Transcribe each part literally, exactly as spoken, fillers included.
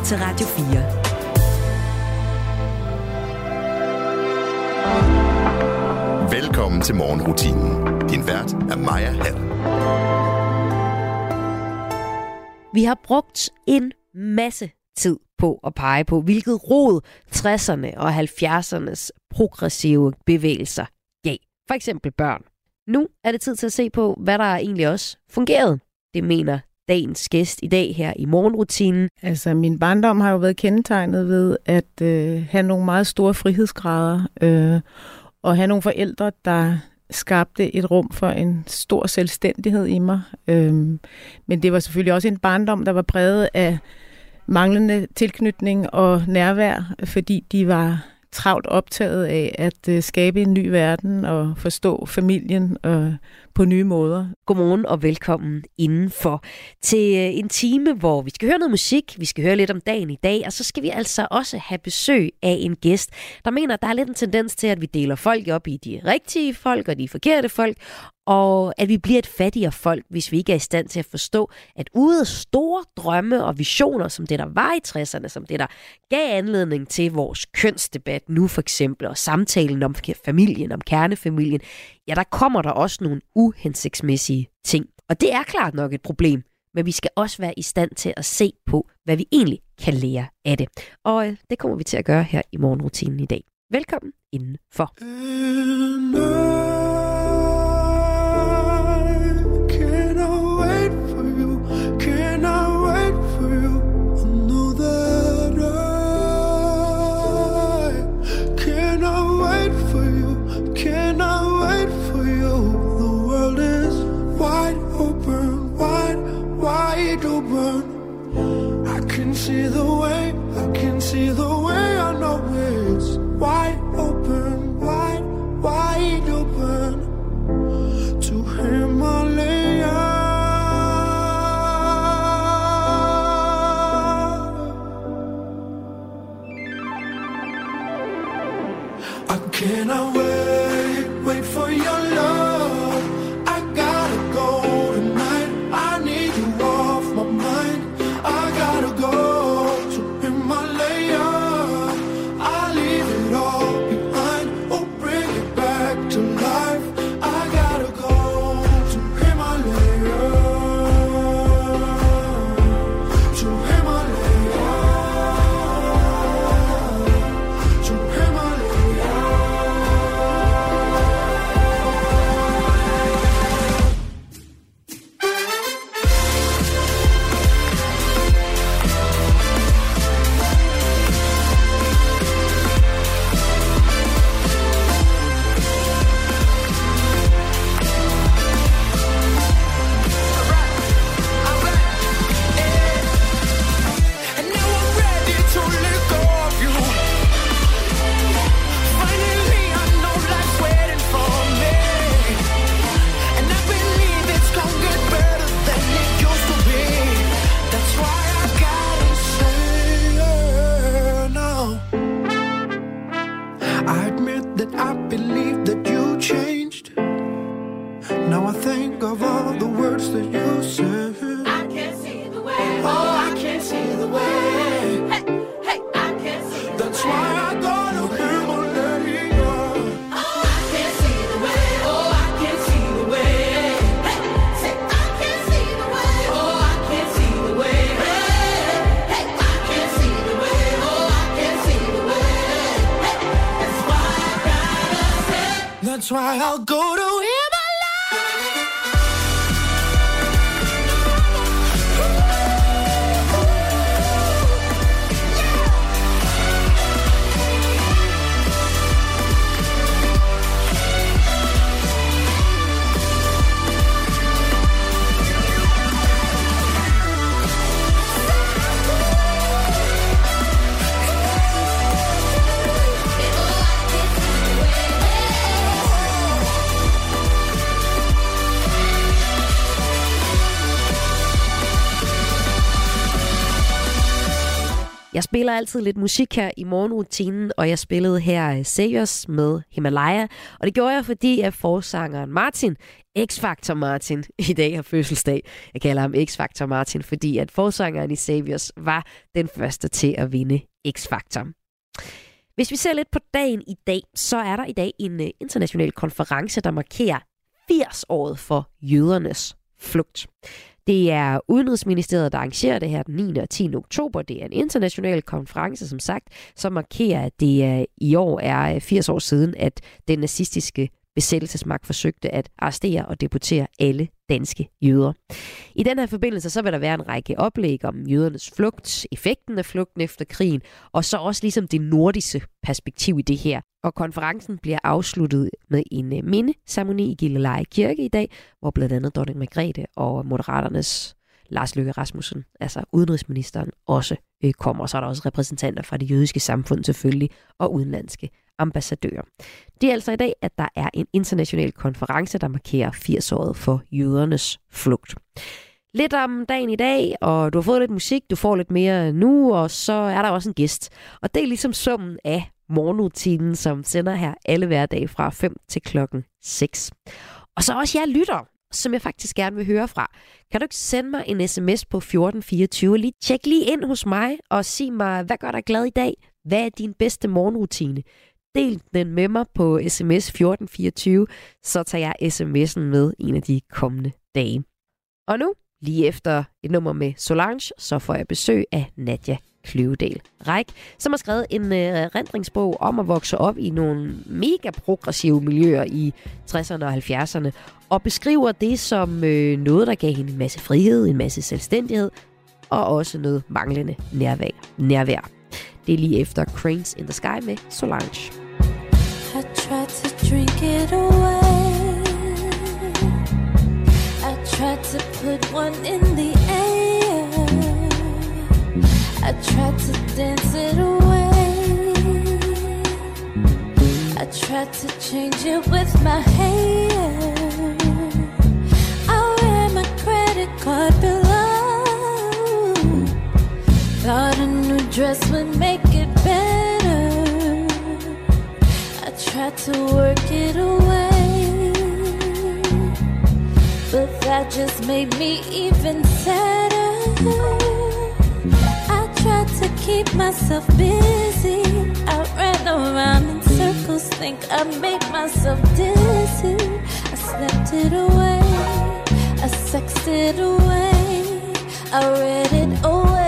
til Radio fire. Velkommen til morgenrutinen. Din vært er Maja Hall. Vi har brugt en masse tid på at pege på, hvilket rod tresserne og halvfjerdsernes progressive bevægelser gav. For eksempel børn. Nu er det tid til at se på, hvad der egentlig også fungerede. Det mener dagens gæst i dag her i morgenrutinen. Altså, min barndom har jo været kendetegnet ved at øh, have nogle meget store frihedsgrader, øh, og have nogle forældre, der skabte et rum for en stor selvstændighed i mig. Øh, men det var selvfølgelig også en barndom, der var præget af manglende tilknytning og nærvær, fordi de var travlt optaget af at uh, skabe en ny verden og forstå familien uh, på nye måder. Godmorgen og velkommen indenfor til uh, en time, hvor vi skal høre noget musik, vi skal høre lidt om dagen i dag, og så skal vi altså også have besøg af en gæst, der mener, at der er lidt en tendens til, at vi deler folk op i de rigtige folk og de forkerte folk, og at vi bliver et fattigere folk, hvis vi ikke er i stand til at forstå, at ude af store drømme og visioner, som det der var i tresserne, som det der gav anledning til vores kønsdebat nu for eksempel, og samtalen om familien, om kernefamilien, ja, der kommer der også nogle uhensigtsmæssige ting. Og det er klart nok et problem, men vi skal også være i stand til at se på, hvad vi egentlig kan lære af det. Og øh, det kommer vi til at gøre her i morgenrutinen i dag. Velkommen indenfor. See the way, I can see the way, I know it's wide open, wide, wide open to Himalaya. I cannot wait, wait for your love. I gotta go tonight, I need you off my mind. I gotta go. That's why I'll go to Jeg spiller altid lidt musik her i morgenrutinen, og jeg spillede her Saviors med Himalaya. Og det gjorde jeg, fordi at forsangeren Martin, X-Factor Martin, i dag har fødselsdag. Jeg kalder ham X-Factor Martin, fordi at forsangeren i Saviors var den første til at vinde X-Factor. Hvis vi ser lidt på dagen i dag, så er der i dag en international konference, der markerer firs-året for jødernes flugt. Det er Udenrigsministeriet, der arrangerer det her den niende og tiende oktober. Det er en international konference, som sagt, som markerer, at det i år er firs år siden, at den nazistiske besættelsesmagt forsøgte at arrestere og deportere alle danske jøder. I den her forbindelse så vil der være en række oplæg om jødernes flugt, effekten af flugten efter krigen, og så også ligesom det nordiske perspektiv i det her. Og konferencen bliver afsluttet med en mindeceremoni i Gilleleje Kirke i dag, hvor blandt andet dronning Margrethe og Moderaternes Lars Løkke Rasmussen, altså udenrigsministeren, også øh, kommer. Så er der også repræsentanter fra det jødiske samfund selvfølgelig, og udenlandske ambassadører. Det er altså i dag, at der er en international konference, der markerer firs-året for jødernes flugt. Lidt om dagen i dag, og du har fået lidt musik, du får lidt mere nu, og så er der også en gæst. Og det er ligesom summen af morgenrutinen, som sender her alle hverdage fra fem til klokken seks. Og så også jer lytter, som jeg faktisk gerne vil høre fra. Kan du ikke sende mig en sms på fjorten fireogtyve? Lige tjek lige ind hos mig og sig mig, hvad gør dig glad i dag? Hvad er din bedste morgenrutine? Del den med mig på sms fjorten fireogtyve, så tager jeg sms'en med en af de kommende dage. Og nu, lige efter et nummer med Solange, så får jeg besøg af Nadia Kløvedal Reich, som har skrevet en uh, erindringsbog om at vokse op i nogle mega progressive miljøer i tresserne og halvfjerdserne, og beskriver det som uh, noget, der gav hende en masse frihed, en masse selvstændighed, og også noget manglende nærvær. nærvær. Det er lige efter Cranes in the Sky med Solange. I tried to drink it away. I tried to put one in the air. I tried to dance it away. I tried to change it with my hair. I wear my credit card below. Thought a new dress would make it better. I tried to work it away, but that just made me even sadder. I tried to keep myself busy. I ran around in circles, think I made myself dizzy. I slept it away, I sexed it away, I read it away.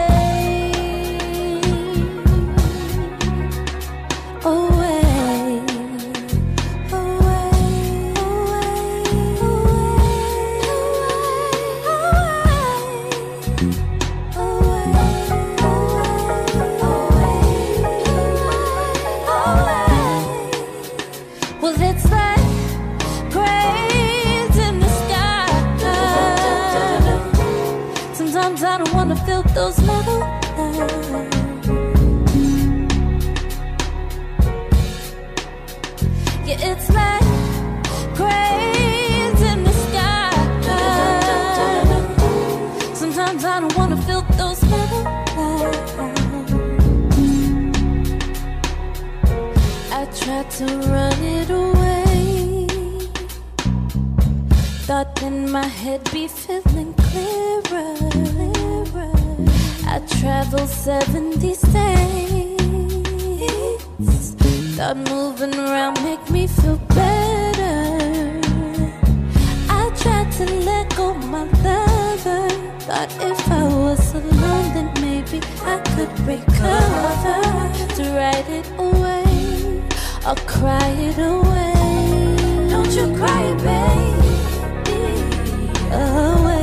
I don't wanna feel those metal lines. Yeah, it's like cranes in the sky. Sometimes I don't wanna feel those metal lines. I tried to run it away. Thought in my head be feeling clearer. I traveled seventy states. Thought moving around make me feel better. I tried to let go my lover. Thought if I was alone then maybe I could recover. To write it away or cry it away. Don't you cry, baby, away.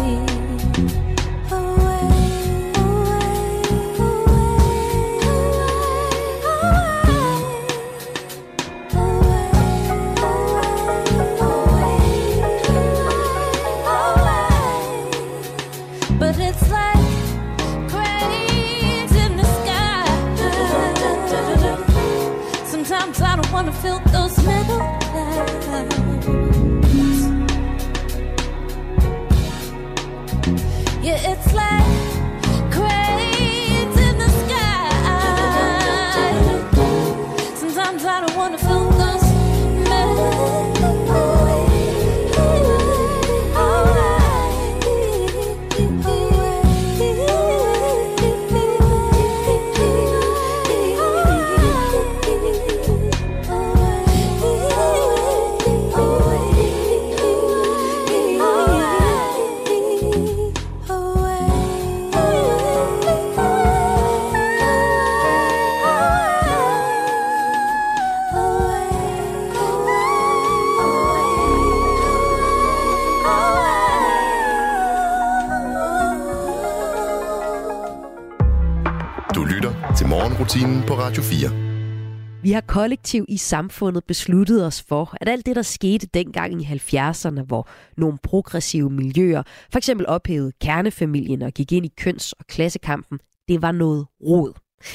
Wanna feel those metal lines. Yeah, it's like cranes in the sky. Du lytter til morgenrutinen på Radio fire. Vi har kollektivt i samfundet besluttet os for, at alt det, der skete dengang i halvfjerdserne, hvor nogle progressive miljøer for eksempel ophævede kernefamilien og gik ind i køns- og klassekampen, det var noget rod.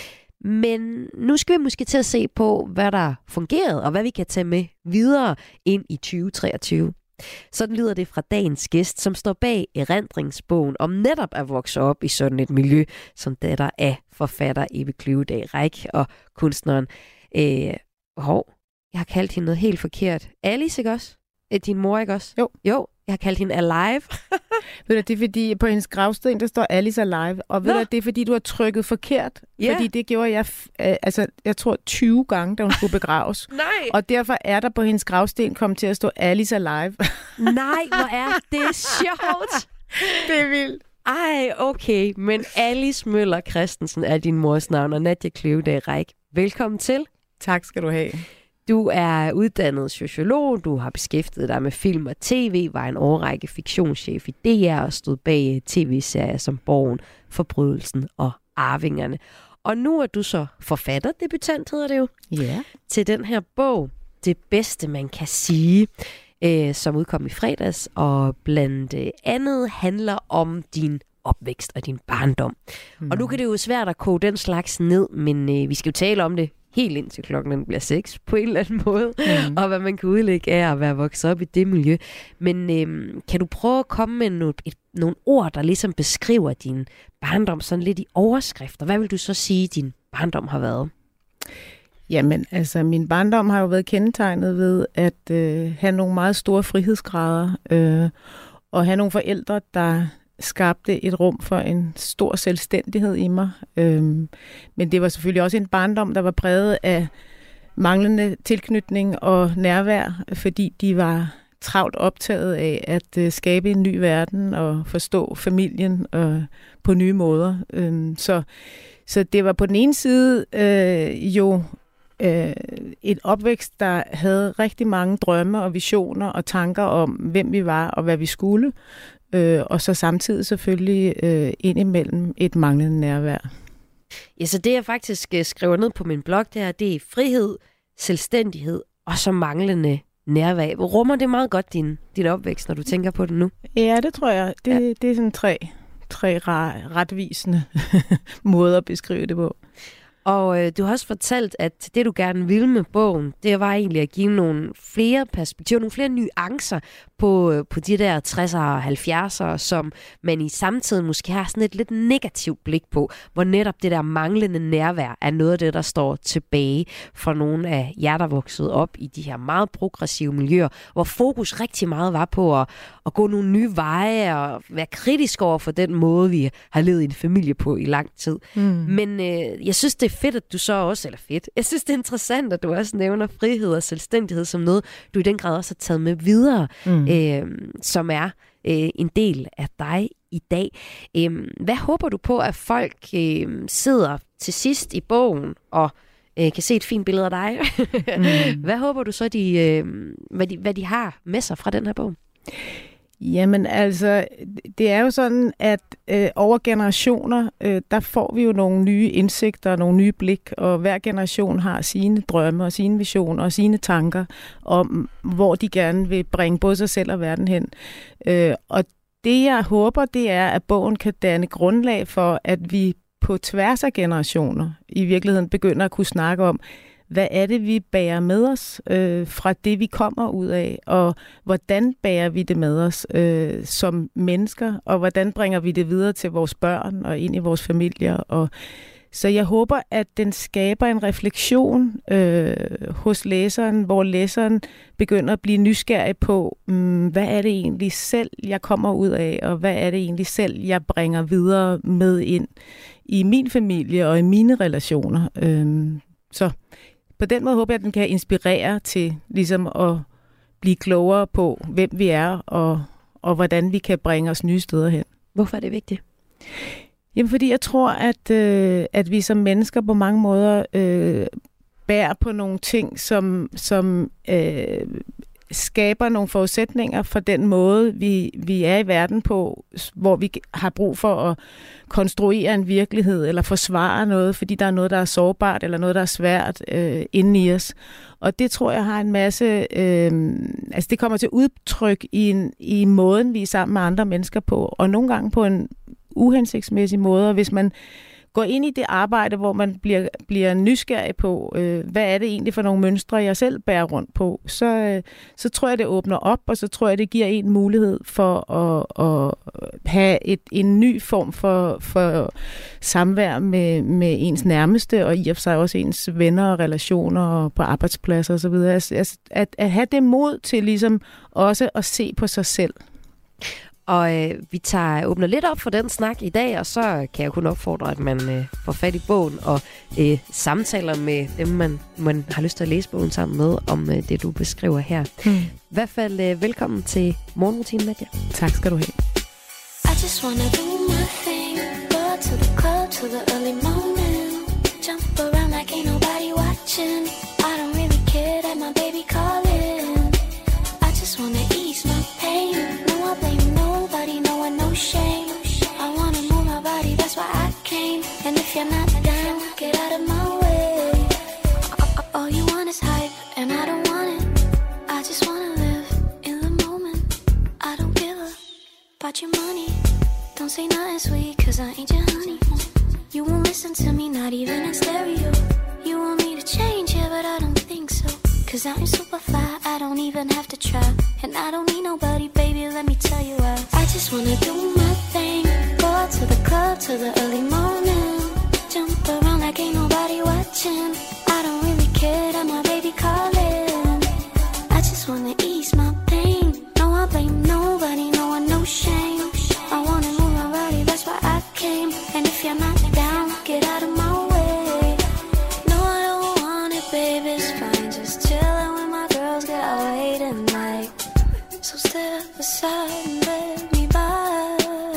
Men nu skal vi måske til at se på, hvad der fungerede, og hvad vi kan tage med videre ind i tyve treogtyve. Sådan lyder det fra dagens gæst, som står bag erindringsbogen om netop at vokse op i sådan et miljø, som datter af forfatter Ebbe Kløvedal Reich og kunstneren. Øh, hov, jeg har kaldt hende noget helt forkert. Alice, ikke også? Er din mor, ikke også? Jo. Jo, jeg har kaldt hende Alive. Ved du, det er fordi, på hendes gravsten, der står Alice Alive. Og ved Nå. du, det er fordi, du har trykket forkert. Ja. Fordi det gjorde jeg, øh, altså, jeg tror, tyve gange, da hun skulle begraves. Nej. Og derfor er der på hendes gravsten kommet til at stå Alice Alive. Nej, hvor er det sjovt. Det er vildt. Ej, okay. Men Alice Møller Christensen er din mors navn, og Nadia Kløvedal Reich. Velkommen til. Tak skal du have. Du er uddannet sociolog, du har beskæftiget dig med film og tv, var en årrække fiktionschef i D R og stod bag tv-serier som Borgen, Forbrydelsen og Arvingerne. Og nu er du så forfatterdebutant, hedder det jo, Ja. til den her bog, Det bedste man kan sige, øh, som udkom i fredags, og blandt andet handler om din opvækst og din barndom. Mm. Og nu kan det jo svært at koge den slags ned, men øh, vi skal jo tale om det helt indtil klokken bliver seks på en eller anden måde, mm. og hvad man kan udlægge af at være vokset op i det miljø. Men øh, kan du prøve at komme med nogle, et, nogle ord, der ligesom beskriver din barndom sådan lidt i overskrifter? Hvad vil du så sige, din barndom har været? Jamen, altså, min barndom har jo været kendetegnet ved at øh, have nogle meget store frihedsgrader, øh, og have nogle forældre, der skabte et rum for en stor selvstændighed i mig. Øhm, men det var selvfølgelig også en barndom, der var præget af manglende tilknytning og nærvær, fordi de var travlt optaget af at øh, skabe en ny verden og forstå familien øh, på nye måder. Øhm, så, så det var på den ene side øh, jo øh, et opvækst, der havde rigtig mange drømme og visioner og tanker om, hvem vi var og hvad vi skulle. Øh, og så samtidig selvfølgelig øh, indimellem et manglende nærvær. Ja, så det jeg faktisk øh, skriver ned på min blog, det er, det er frihed, selvstændighed og så manglende nærvær. Rummer det meget godt din, din opvækst, når du tænker på det nu? Ja, det tror jeg. Det, ja. det er sådan tre, tre retvisende måder at beskrive det på. Og øh, du har også fortalt, at det du gerne ville med bogen, det var egentlig at give nogle flere perspektiver, nogle flere nuancer på, øh, på de der tressere og halvfjerdsere, som man i samtiden måske har sådan et lidt negativt blik på, hvor netop det der manglende nærvær er noget af det, der står tilbage for nogle af jer, der voksede op i de her meget progressive miljøer, hvor fokus rigtig meget var på at, at gå nogle nye veje og være kritisk over for den måde, vi har levet i en familie på i lang tid. Mm. Men øh, jeg synes, det er fedt, at du så også, eller fedt, jeg synes, det er interessant, at du også nævner frihed og selvstændighed som noget, du i den grad også har taget med videre, mm. øh, som er øh, en del af dig i dag. Øh, hvad håber du på, at folk øh, sidder til sidst i bogen og øh, kan se et fint billede af dig? mm. Hvad håber du så, de, øh, hvad, de, hvad de har med sig fra den her bog? Jamen altså, det er jo sådan, at øh, over generationer, øh, der får vi jo nogle nye indsigter, nogle nye blik, og hver generation har sine drømme og sine visioner og sine tanker om, hvor de gerne vil bringe både sig selv og verden hen. Øh, og det jeg håber, det er, at bogen kan danne grundlag for, at vi på tværs af generationer i virkeligheden begynder at kunne snakke om, hvad er det, vi bærer med os øh, fra det, vi kommer ud af, og hvordan bærer vi det med os øh, som mennesker, og hvordan bringer vi det videre til vores børn og ind i vores familier. Og så jeg håber, at den skaber en refleksion øh, hos læseren, hvor læseren begynder at blive nysgerrig på, um, hvad er det egentlig selv, jeg kommer ud af, og hvad er det egentlig selv, jeg bringer videre med ind i min familie og i mine relationer. Øh, så på den måde håber jeg, at den kan inspirere til ligesom at blive klogere på, hvem vi er, og, og hvordan vi kan bringe os nye steder hen. Hvorfor er det vigtigt? Jamen, fordi jeg tror, at, øh, at vi som mennesker på mange måder øh, bærer på nogle ting, som, som øh, skaber nogle forudsætninger for den måde, vi, vi er i verden på, hvor vi har brug for at konstruere en virkelighed eller forsvare noget, fordi der er noget, der er sårbart eller noget, der er svært øh, inde i os. Og det tror jeg har en masse, øh, altså det kommer til udtryk i, en, i måden, vi er sammen med andre mennesker på, og nogle gange på en uhensigtsmæssig måde, og hvis man går ind i det arbejde, hvor man bliver, bliver nysgerrig på, øh, hvad er det egentlig for nogle mønstre, jeg selv bærer rundt på, så, øh, så tror jeg, det åbner op, og så tror jeg, det giver en mulighed for at, at have et, en ny form for, for samvær med, med ens nærmeste, og i og for sig også ens venner og relationer og på arbejdspladser osv. Altså, at, at have det mod til ligesom også at se på sig selv. Og øh, vi tager åbner lidt op for den snak i dag, og så kan jeg kun opfordre, at man øh, får fat i bogen og øh, samtaler med dem, man, man har lyst til at læse bogen sammen med, om øh, det, du beskriver her. Hmm. I hvert fald øh, velkommen til Morgenrutinen, Nadia. Tak skal du have. I just wanna do my thing, go to the club to the early morning, jump around like ain't nobody watching. I don't really care that my baby calling. I just wanna ease my pain. No, I blame nobody, no one, no shame. I wanna move my body, that's why I came. And if you're not down, get out of my way. All you want is hype, and I don't want it. I just wanna live in the moment. I don't give a about your money. Don't say nothing sweet, cause I ain't your honey. You won't listen to me, not even in stereo. You want me to change, yeah, but I don't think so. Cause I'm super fly, I don't even have to try. And I don't need nobody, baby, let me tell you why. I just wanna do my thing, go out to the club till the early morning, jump around like ain't nobody watching. I don't really care that my baby calling. I just wanna ease my pain. No, I blame nobody, no one, no shame. I wanna move my body, that's why I came. And if you're not down, get out of my way. No, I don't want it, baby, it's fine. Just chillin' with my girls, get away tonight. So step aside and let me by,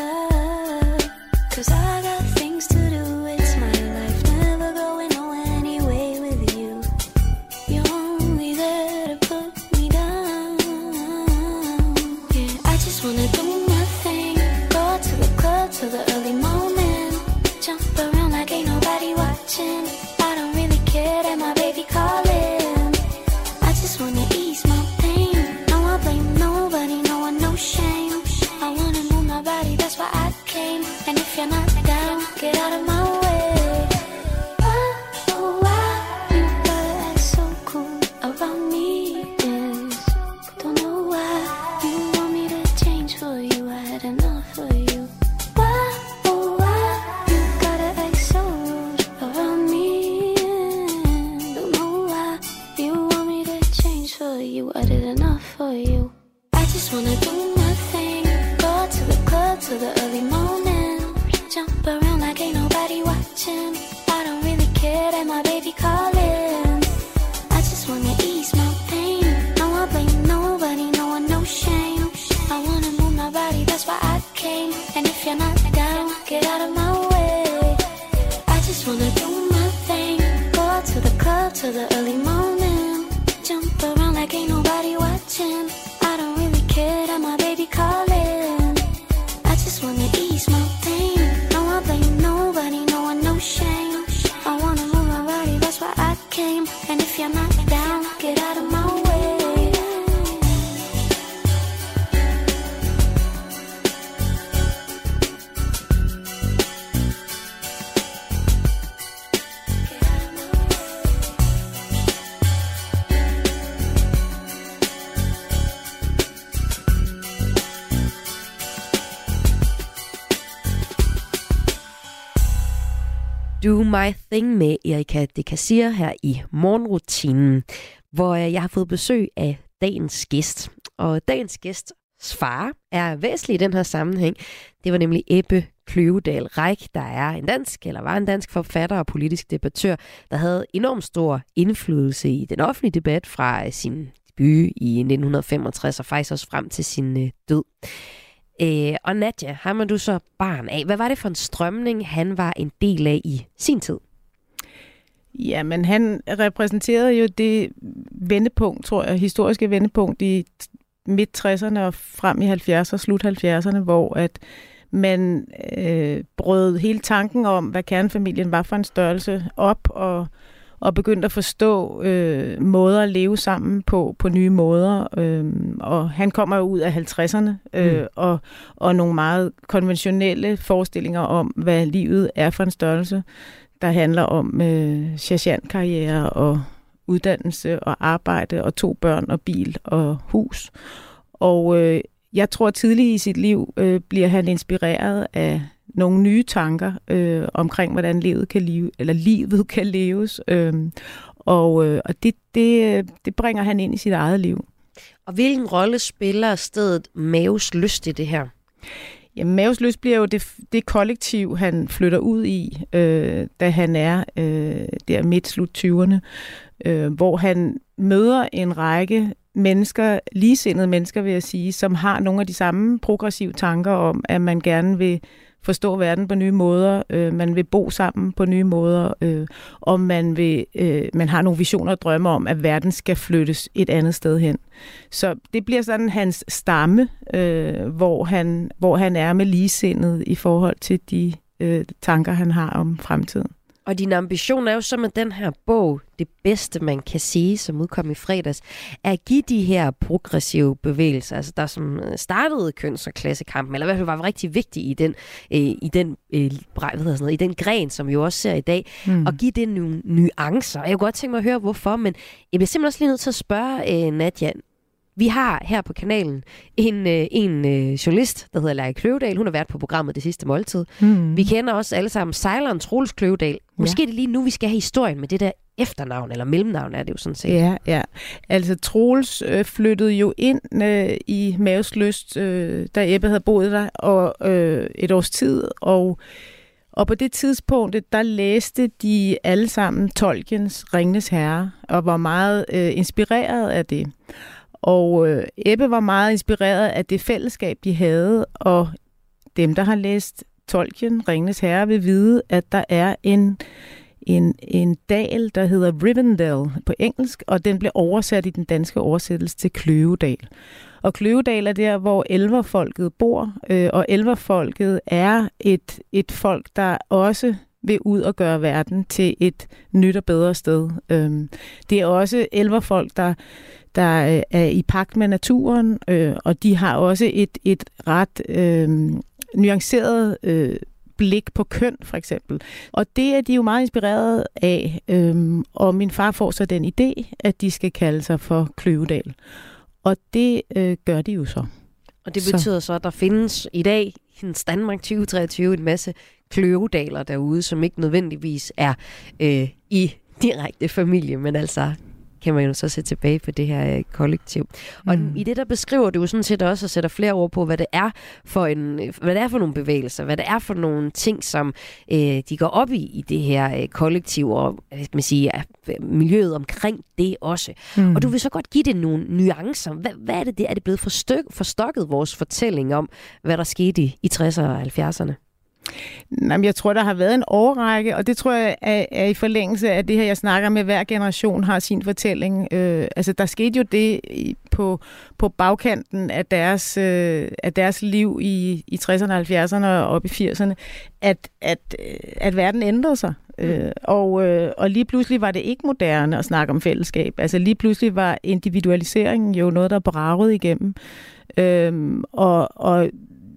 cause I got things to do, it's my life. Never going no anyway with you. You're only there to put me down. Yeah, I just wanna do my thing, go to the club till the early morning, jump around like ain't nobody watching. I don't really care that my baby calling. I just wanna ease my pain. No, I blame nobody, no one, no shame. I wanna move my body, that's why I came. And if you're not down, get out of my way. Why, oh why, you gotta act so cool around me? Yes, don't know why you want me to change for you. I had enough for you. Why, oh why, you gotta act so rude around me? Don't know why you want me to change for you. I did enough for you. I just wanna do my thing, go to the club till the early morning, jump around like ain't nobody watching. I don't really care that my baby calling. I just wanna ease my pain. No, I blame nobody, no one, no shame. I wanna move my body, that's why I came. And if you're not down, get out of my way. I just wanna do my thing, go out to the club till the early morning, jump around like ain't nobody watching. I don't really care that my baby calling. I just wanna ease my pain. No, I blame nobody, no one, no shame. I wanna move my body, that's why I came. And if you're not down, get out of my way. Do My Thing med Erika De Casier her i Morgenrutinen, hvor jeg har fået besøg af dagens gæst. Og dagens gæsts far er væsentlig i den her sammenhæng. Det var nemlig Ebbe Kløvedal Reich, der er en dansk, eller var en dansk forfatter og politisk debattør, der havde enormt stor indflydelse i den offentlige debat fra sin debut i nitten femogtres og faktisk også frem til sin død. Øh, og Nadia, ham er du så barn af. Hvad var det for en strømning, han var en del af i sin tid? Ja, men han repræsenterede jo det vendepunkt, tror jeg, historiske vendepunkt i midt tresserne og frem i halvfjerdserne, slut halvfjerdserne, hvor at man øh, brød hele tanken om, hvad kernefamilien var for en størrelse op, og, og begyndte at forstå øh, måder at leve sammen på, på nye måder. Øh, og han kommer jo ud af halvtredserne, øh, mm. og, og nogle meget konventionelle forestillinger om, hvad livet er for en størrelse, der handler om øh, sergeantkarriere og uddannelse og arbejde og to børn og bil og hus. Og øh, jeg tror, tidligt i sit liv øh, bliver han inspireret af nogle nye tanker øh, omkring, hvordan livet kan leve, eller livet kan leves. Øh, og øh, og det, det, det bringer han ind i sit eget liv. Og hvilken rolle spiller stedet Maves Lyst i det her? Ja, Maves Lyst bliver jo det, det kollektiv, han flytter ud i, øh, da han er øh, der midt slut tyverne, øh, hvor han møder en række mennesker, ligesindede mennesker vil jeg sige, som har nogle af de samme progressive tanker om, at man gerne vil forstå verden på nye måder, øh, man vil bo sammen på nye måder, øh, og man, vil, øh, man har nogle visioner og drømme om, at verden skal flyttes et andet sted hen. Så det bliver sådan hans stamme, øh, hvor, han, hvor han er med ligesindet i forhold til de øh, tanker, han har om fremtiden. Og din ambition er jo så med den her bog, det bedste man kan sige, som udkom i fredags, er at give de her progressive bevægelser, altså der som startede køns- og klassekampen, eller i hvert fald var rigtig vigtige i den, øh, i den, øh, hvad hedder sådan noget, i den gren, som vi jo også ser i dag, mm. og give det nogle nuancer. Jeg kunne godt tænke mig at høre, hvorfor, men jeg bliver simpelthen også lige nødt til at spørge øh, Nadia. Vi har her på kanalen en, øh, en øh, journalist, der hedder Lærke Kløvedal. Hun har været på programmet Det Sidste Måltid. Mm. Vi kender også alle sammen sejleren Troels Kløvedal. Måske ja. Det lige nu, vi skal have historien med det der efternavn, eller mellemnavn er det jo sådan set. Ja, ja. Altså Troels øh, flyttede jo ind øh, i Maves Lyst, øh, da Ebbe havde boet der, og øh, et års tid, og Og på det tidspunkt, der læste de alle sammen Tolkiens Ringenes Herre, og var meget øh, inspireret af det. Og øh, Ebbe var meget inspireret af det fællesskab, de havde, og dem, der har læst Tolkien, Ringenes Herre, vil vide, at der er en, en, en dal, der hedder Rivendell på engelsk, og den blev oversat i den danske oversættelse til Kløvedal. Og Kløvedal er der, hvor elverfolket bor, øh, og elverfolket er et, et folk, der også vil ud og gøre verden til et nyt og bedre sted. Øhm, det er også elverfolk, der, der er i pagt med naturen, øh, og de har også et, et ret øh, nuanceret øh, blik på køn, for eksempel. Og det er de jo meget inspireret af, øh, og min far får så den idé, at de skal kalde sig for Kløvedal. Og det øh, gør de jo så. Og det betyder så, så at der findes i dag i Danmark tyve treogtyve en masse kløvedaler derude, som ikke nødvendigvis er øh, i direkte familie, men altså kan man jo så se tilbage på det her øh, kollektiv. Og mm. i det, der beskriver du jo sådan set også og sætter flere ord på, hvad det er for en, hvad det er for nogle bevægelser, hvad det er for nogle ting, som øh, de går op i i det her øh, kollektiv, og kan man sige, ja, miljøet omkring det også. Mm. Og du vil så godt give det nogle nuancer. Hvad, hvad er det, det er det blevet forstyk, forstokket vores fortælling om, hvad der skete i, i tresserne og halvfjerdserne? Jamen, jeg tror, der har været en årrække, og det tror jeg er, er i forlængelse af det her, jeg snakker med. Hver generation har sin fortælling. Øh, altså, der skete jo det på, på bagkanten af deres, øh, af deres liv i, i tresserne og halvfjerdserne og op i firserne, at, at, at verden ændrede sig. Mm. Øh, og, øh, og lige pludselig var det ikke moderne at snakke om fællesskab. Altså, lige pludselig var individualiseringen jo noget, der bragede igennem. Øh, og, og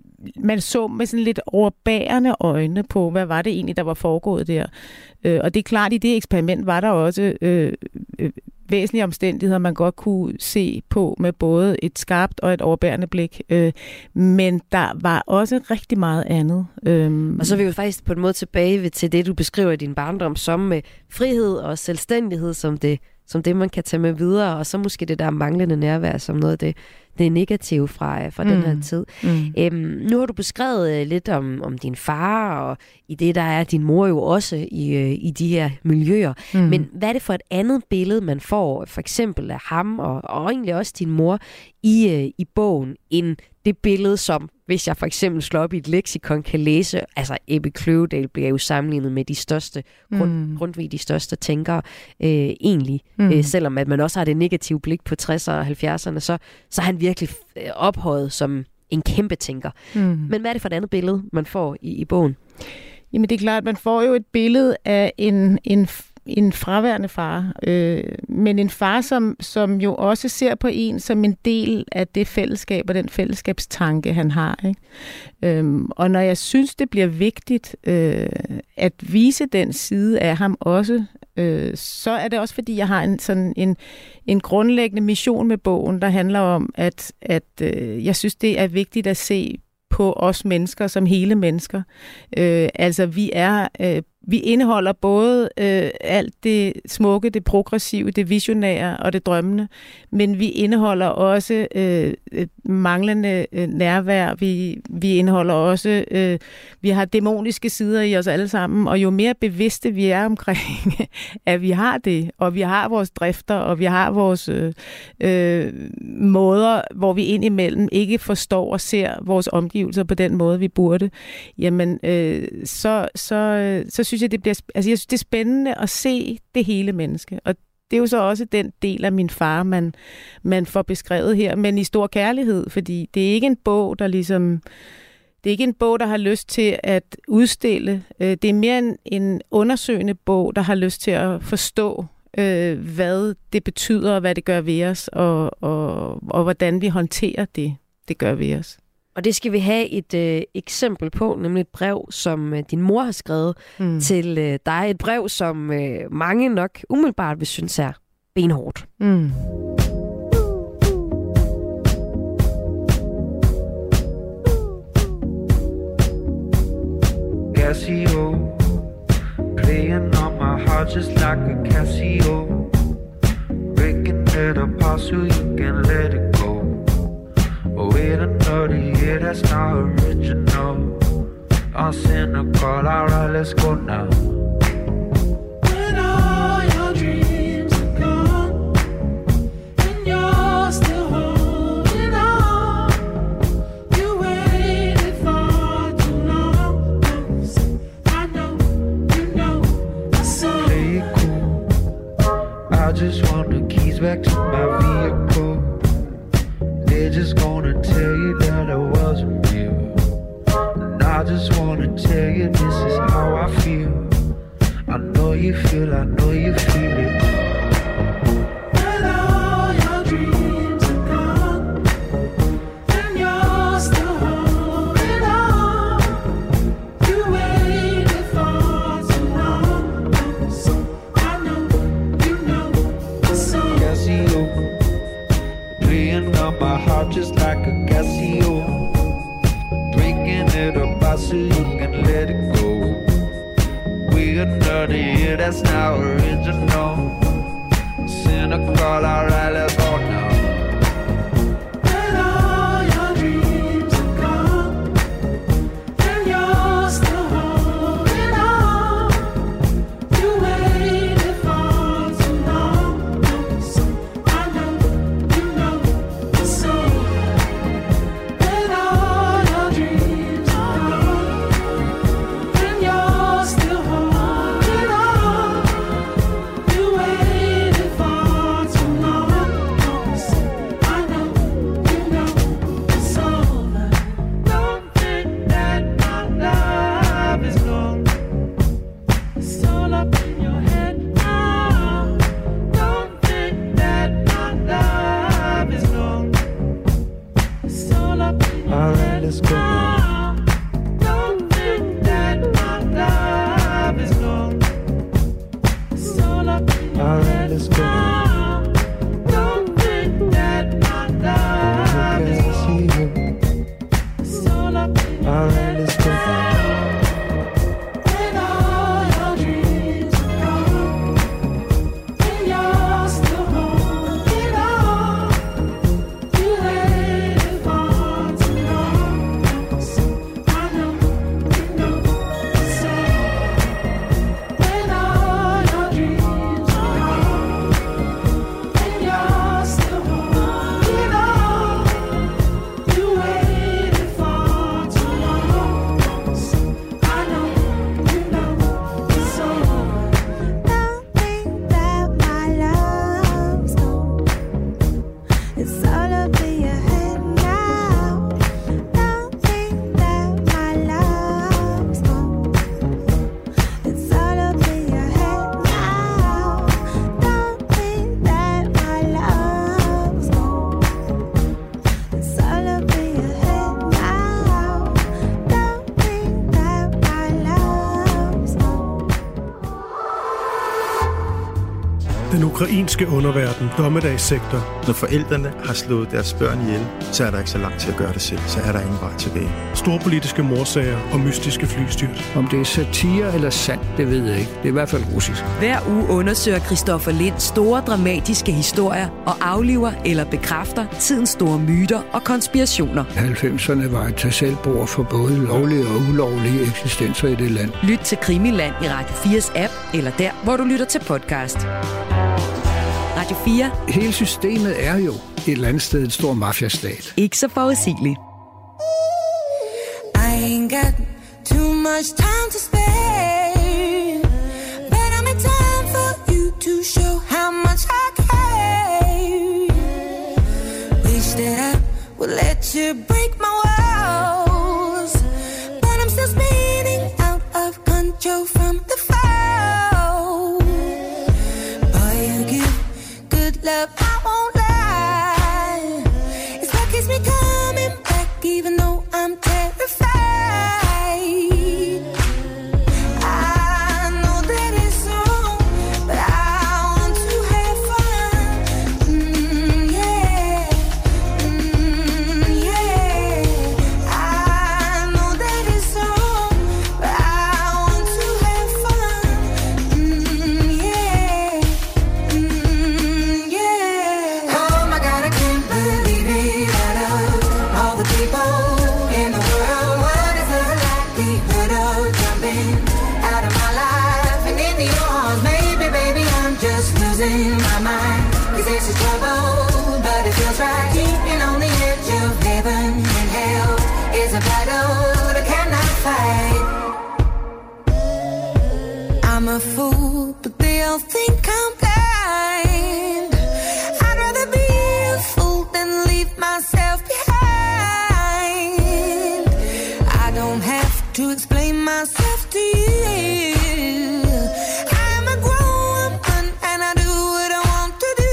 man så med sådan lidt overbærende øjne på, hvad var det egentlig, der var foregået der. Øh, og det er klart, i det eksperiment var der også øh, øh, væsentlige omstændigheder, man godt kunne se på med både et skarpt og et overbærende blik. Øh, men der var også rigtig meget andet. Øh, og så er vi jo faktisk på en måde tilbage til det, du beskriver i din barndom, som med frihed og selvstændighed som det, som det, man kan tage med videre, og så måske det der manglende nærvær som noget af det, det er negativt fra, fra mm. den her tid. Mm. Øhm, nu har du beskrevet lidt om, om din far, og i det, der er din mor jo også i, i de her miljøer. Mm. Men hvad er det for et andet billede, man får, for eksempel af ham, og, og egentlig også din mor, i, i bogen, end det billede, som hvis jeg for eksempel slår op i et leksikon, kan læse, altså Ebbe Kløvedal bliver jo sammenlignet med de største, grund, mm. grundvis de største tænkere øh, egentlig. Mm. Øh, selvom at man også har det negative blik på tresserne og halvfjerdserne, så, så er han virkelig ophøjet som en kæmpe tænker. Mm. Men hvad er det for et andet billede, man får i, i bogen? Jamen det er klart, man får jo et billede af en, en, en fraværende far, øh, men en far, som, som jo også ser på en som en del af det fællesskab og den fællesskabstanke, han har. Ikke? Øhm, og når jeg synes, det bliver vigtigt øh, at vise den side af ham også, øh, så er det også, fordi jeg har en, sådan en, en grundlæggende mission med bogen, der handler om, at, at øh, jeg synes, det er vigtigt at se på os mennesker som hele mennesker. Øh, altså, vi er... Øh, Vi indeholder både øh, alt det smukke, det progressive, det visionære og det drømmende, men vi indeholder også øh, manglende øh, nærvær. Vi, vi indeholder også, øh, vi har dæmoniske sider i os alle sammen, og jo mere bevidste vi er omkring, at vi har det, og vi har vores drifter, og vi har vores øh, øh, måder, hvor vi indimellem ikke forstår og ser vores omgivelser på den måde, vi burde, jamen øh, så, så, så synes jeg, det bliver, altså jeg synes, det er spændende at se det hele menneske. Og det er jo så også den del af min far, man, man får beskrevet her, men i stor kærlighed, fordi det er ikke en bog, der ligesom... Det er ikke en bog, der har lyst til at udstille. Det er mere en, en undersøgende bog, der har lyst til at forstå, øh, hvad det betyder, og hvad det gør ved os, og, og, og hvordan vi håndterer det, det gør ved os. Og det skal vi have et øh, eksempel på, nemlig et brev, som øh, din mor har skrevet mm. til øh, dig. Et brev, som øh, mange nok umiddelbart vil synes er benhårdt. Mm. Casio, playing on my heart just like a Casio, breaking it apart so you can let it go. Oh, wait another year, that's not original. I'm cynical, alright, let's go now. When all your dreams are gone and you're still holding on, you waited for too long. I know, you know, I saw. Play it cool, I just want the keys back to my vehicle. They're just gonna tell you that I wasn't real. And I just wanna tell you this is how I feel. I know you feel, I know you feel it. When all your dreams are gone and you're still holding on, you waited for too long. So I know, you know, so Casio, playing on my heart just like a Casio, breaking it apart so you can let it go. We're another year, that's not original. Cynical, alright, let's go now. when all your dreams are gone and you're still holding on, you waited for too long. So I know, you know, so when all your dreams are gone and you're still holding on, you waited for too long. Den ukrainske underverden, dommedagssektor. Når forældrene har slået deres børn ihjel, så er der ikke så langt til at gøre det selv. Så er der ingen vej tilbage. Storpolitiske morsager og mystiske flystyrt. Om det er satire eller sandt, det ved jeg ikke. Det er i hvert fald russisk. Hver uge undersøger Christoffer Lind store dramatiske historier og afliver eller bekræfter tidens store myter og konspirationer. halvfemserne var et tag selv-bord for både lovlige og ulovlige eksistenser i det land. Lyt til Krimiland i Radio fires app, eller der, hvor du lytter til podcast. Radio fire. Hele systemet er jo et eller andet sted en stor mafiastat. Ikke så forudsigeligt. I ain't got too much time to spare, but I'm in time for you to show how much I care. Wish that I would let you break my walls, but I'm still spinning out of control from the fall. Boy, you give good love, I won't lie. It's what keeps me coming back, even though I'm terrified. I know that it's wrong, but I want to have fun. Mm, yeah, mm, yeah. I know that it's wrong, but I want to have fun. Mm, yeah, mm, yeah. Oh my God, I can't believe it. Out of all the people in the world, what is the likelihood of jumping out of my life and into your arms? Maybe, baby, I'm just losing my mind. 'Cause this is trouble, but it feels right. Keeping on the edge of heaven and hell is a battle that cannot fight. I'm a fool, but they all think I'm blind. I'd rather be a fool than leave myself behind. I don't have to explain myself to you. I'm a grown woman and I do what I want to do.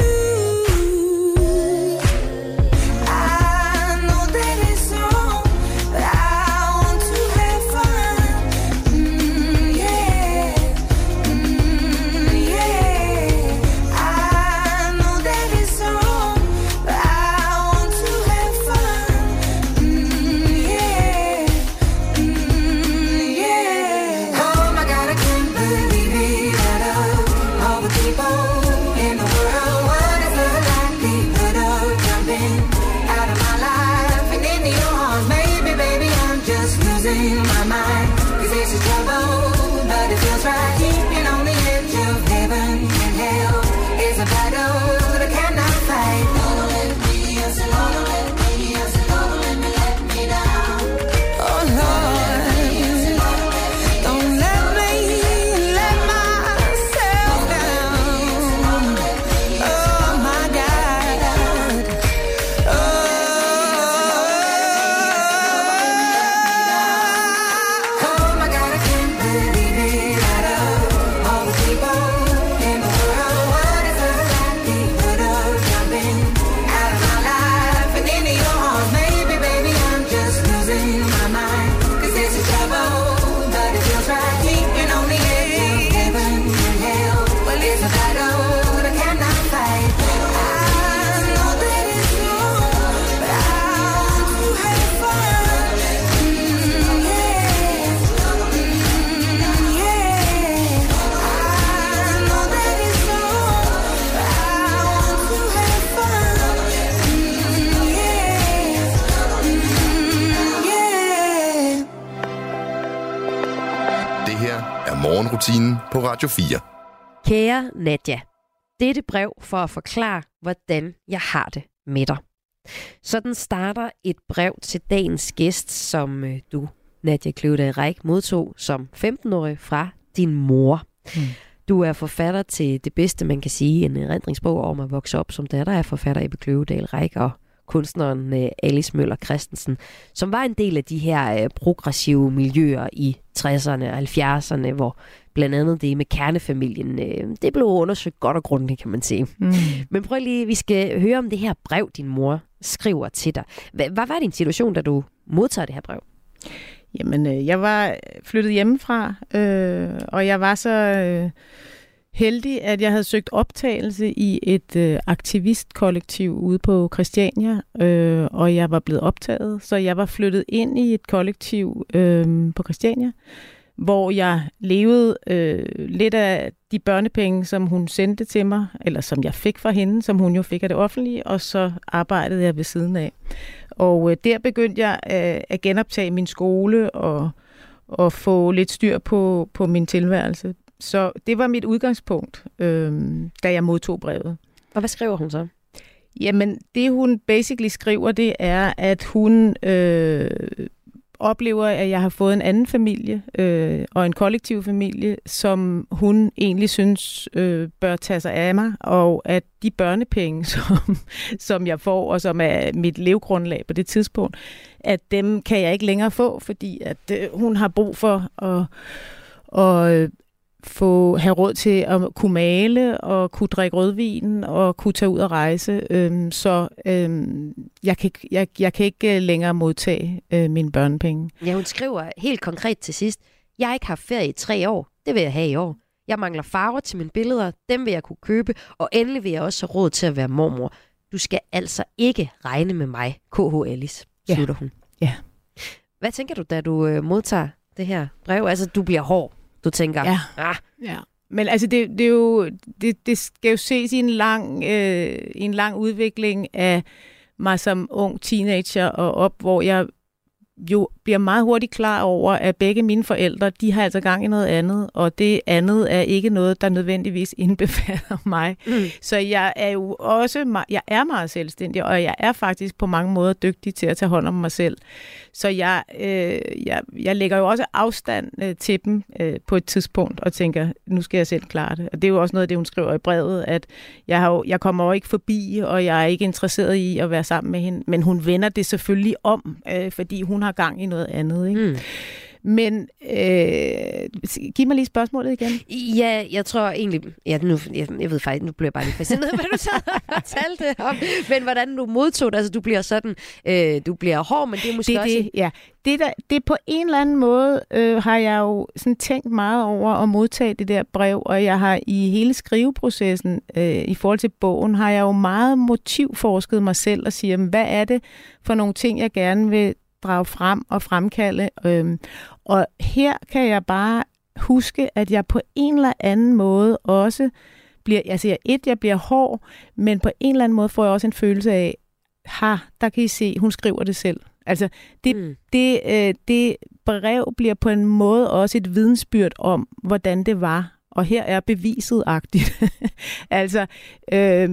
I know that it's wrong, but I want to have fun. Mm, yeah, mm, yeah. I know that it's wrong, but I want to have fun. Mm, yeah, mm, yeah. Oh my God, I can't believe it. Out of all the people in the world, what is the likelihood of jumping out of my life and into your arms? Maybe, baby, I'm just losing my mind. 'Cause this is trouble, but it feels right. Keeping on the edge of heaven and hell is a battle that I cannot fight. Don't let me, I said, don't let me, I said, don't let me let me down. Oh Lord, don't let me let myself down. Oh my God. Oh, oh my God, I can't believe it. Out of all the people in the world, what is the likelihood of jumping out of my life and into your arms? Maybe, baby, I'm just losing my mind. 'Cause this is trouble, but it feels right. Keeping on the edge of heaven and hell. Well, it's a battle that I cannot fight. I know that it's wrong, but I want to have fun. Mm, yeah, mm, yeah. I know that it's wrong, but I want to have fun. Mm, yeah, mm, yeah. Det her er morgenrutinen på Radio fire. Kære Nadia, dette brev for at forklare, hvordan jeg har det med dig. Sådan starter et brev til dagens gæst, som øh, du, Nadia Kløvedal Reich, modtog som femten-årig fra din mor. Mm. Du er forfatter til det bedste, man kan sige, en erindringsbog om at vokse op som datter af forfatter Ebbe Kløvedal Reich og kunstneren øh, Alice Møller Christensen, som var en del af de her øh, progressive miljøer i tresserne og halvfjerdserne, hvor blandt andet det med kernefamilien, øh, det blev undersøgt godt og grundigt, kan man sige. Mm. Men prøv lige, vi skal høre om det her brev, din mor skriver til dig. Hvad, hvad var din situation, da du modtager det her brev? Jamen, øh, jeg var flyttet hjemmefra, øh, og jeg var så øh, heldig, at jeg havde søgt optagelse i et øh, aktivistkollektiv ude på Christiania, øh, og jeg var blevet optaget, så jeg var flyttet ind i et kollektiv øh, på Christiania, hvor jeg levede øh, lidt af de børnepenge, som hun sendte til mig, eller som jeg fik fra hende, som hun jo fik af det offentlige, og så arbejdede jeg ved siden af. Og øh, der begyndte jeg øh, at genoptage min skole og, og få lidt styr på, på min tilværelse. Så det var mit udgangspunkt, øh, da jeg modtog brevet. Og hvad skriver hun så? Jamen, det hun basically skriver, det er, at hun øh, oplever, at jeg har fået en anden familie øh, og en kollektiv familie, som hun egentlig synes øh, bør tage sig af mig, og at de børnepenge, som, som jeg får, og som er mit levegrundlag på det tidspunkt, at dem kan jeg ikke længere få, fordi at øh, hun har brug for at og, få have råd til at kunne male og kunne drikke rødvin og kunne tage ud og rejse. Øhm, så øhm, jeg, kan, jeg, jeg kan ikke længere modtage øh, mine børnepenge. Ja, hun skriver helt konkret til sidst, jeg har ikke haft ferie i tre år. Det vil jeg have i år. Jeg mangler farver til mine billeder. Dem vil jeg kunne købe. Og endelig vil jeg også have råd til at være mormor. Du skal altså ikke regne med mig, K H Alice, slutter ja. hun. Ja. Hvad tænker du, da du øh, modtager det her brev? Altså, du bliver hård. Du tænker, ja. ah. Ja. Men altså, det, det, er jo, det, det skal jo ses i en lang, øh, i en lang udvikling af mig som ung teenager og op, hvor jeg jo bliver meget hurtigt klar over, at begge mine forældre, de har altså gang i noget andet, og det andet er ikke noget, der nødvendigvis indbefatter mig. Mm. Så jeg er jo også, meget, jeg er meget selvstændig, og jeg er faktisk på mange måder dygtig til at tage hånd om mig selv. Så jeg, øh, jeg, jeg lægger jo også afstand øh, til dem øh, på et tidspunkt, og tænker, nu skal jeg selv klare det. Og det er jo også noget af det, hun skriver i brevet, at jeg, har jo, jeg kommer jo ikke forbi, og jeg er ikke interesseret i at være sammen med hende, men hun vender det selvfølgelig om, øh, fordi hun har gang i noget andet, ikke? Mm. Men øh, giv mig lige spørgsmålet igen. Ja, jeg tror egentlig, ja, nu, jeg, jeg ved faktisk, nu bliver jeg bare lige fascineret, hvad du så fortalte om, men hvordan du modtog det, altså du bliver sådan, øh, du bliver hård, men det er måske det, også... Det, ja, det, der, det på en eller anden måde øh, har jeg jo sådan tænkt meget over at modtage det der brev, og jeg har i hele skriveprocessen, øh, i forhold til bogen, har jeg jo meget motivforsket mig selv og siger, hvad er det for nogle ting, jeg gerne vil drage frem og fremkalde. Øhm, og her kan jeg bare huske, at jeg på en eller anden måde også bliver, altså jeg, et, jeg bliver hård, men på en eller anden måde får jeg også en følelse af, ha, der kan I se, hun skriver det selv. Altså det, mm. det, øh, det brev bliver på en måde også et vidensbyrd om, hvordan det var. Og her er beviset-agtigt. altså, øh,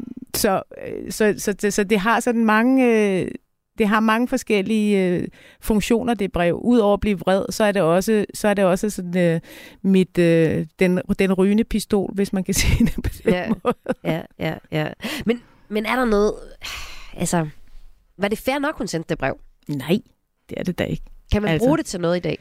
så, så, så, så, så det har sådan mange... Øh, Det har mange forskellige øh, funktioner, det brev. Udover at blive vred, så er det også, så er det også sådan, øh, mit, øh, den, den rygende pistol, hvis man kan sige det på den ja, måde. Ja, ja, ja. Men, men er der noget... Altså, var det fair nok, hun sendte det brev? Nej, det er det da ikke. Kan man altså bruge det til noget i dag?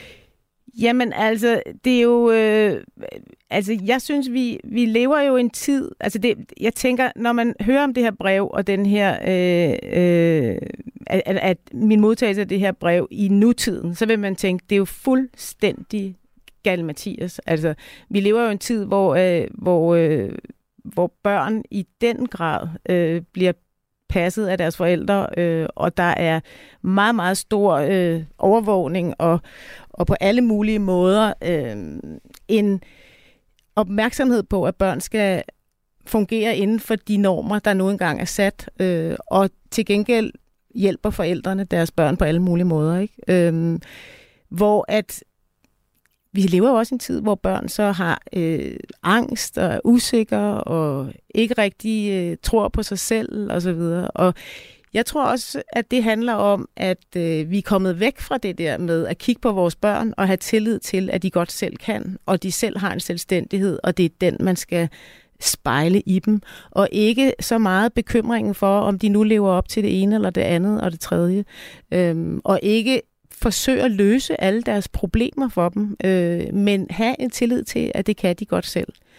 Jamen altså, det er jo, øh, altså jeg synes, vi, vi lever jo en tid, altså det, jeg tænker, når man hører om det her brev, og den her, øh, øh, at, at min modtagelse af det her brev i nutiden, så vil man tænke, det er jo fuldstændig galimatias. Altså, vi lever jo en tid, hvor, øh, hvor, øh, hvor børn i den grad øh, bliver passet af deres forældre, øh, og der er meget, meget stor øh, overvågning, og, og på alle mulige måder øh, en opmærksomhed på, at børn skal fungere inden for de normer, der nu engang er sat, øh, og til gengæld hjælper forældrene deres børn på alle mulige måder, ikke? Øh, hvor at vi lever jo også en tid, hvor børn så har øh, angst og er usikre og ikke rigtig øh, tror på sig selv og så videre. Og jeg tror også, at det handler om, at øh, vi er kommet væk fra det der med at kigge på vores børn og have tillid til, at de godt selv kan, og de selv har en selvstændighed, og det er den, man skal spejle i dem, og ikke så meget bekymringen for, om de nu lever op til det ene eller det andet og det tredje, øhm, og ikke forsøge at løse alle deres problemer for dem, øh, men have en tillid til, at det kan de godt selv.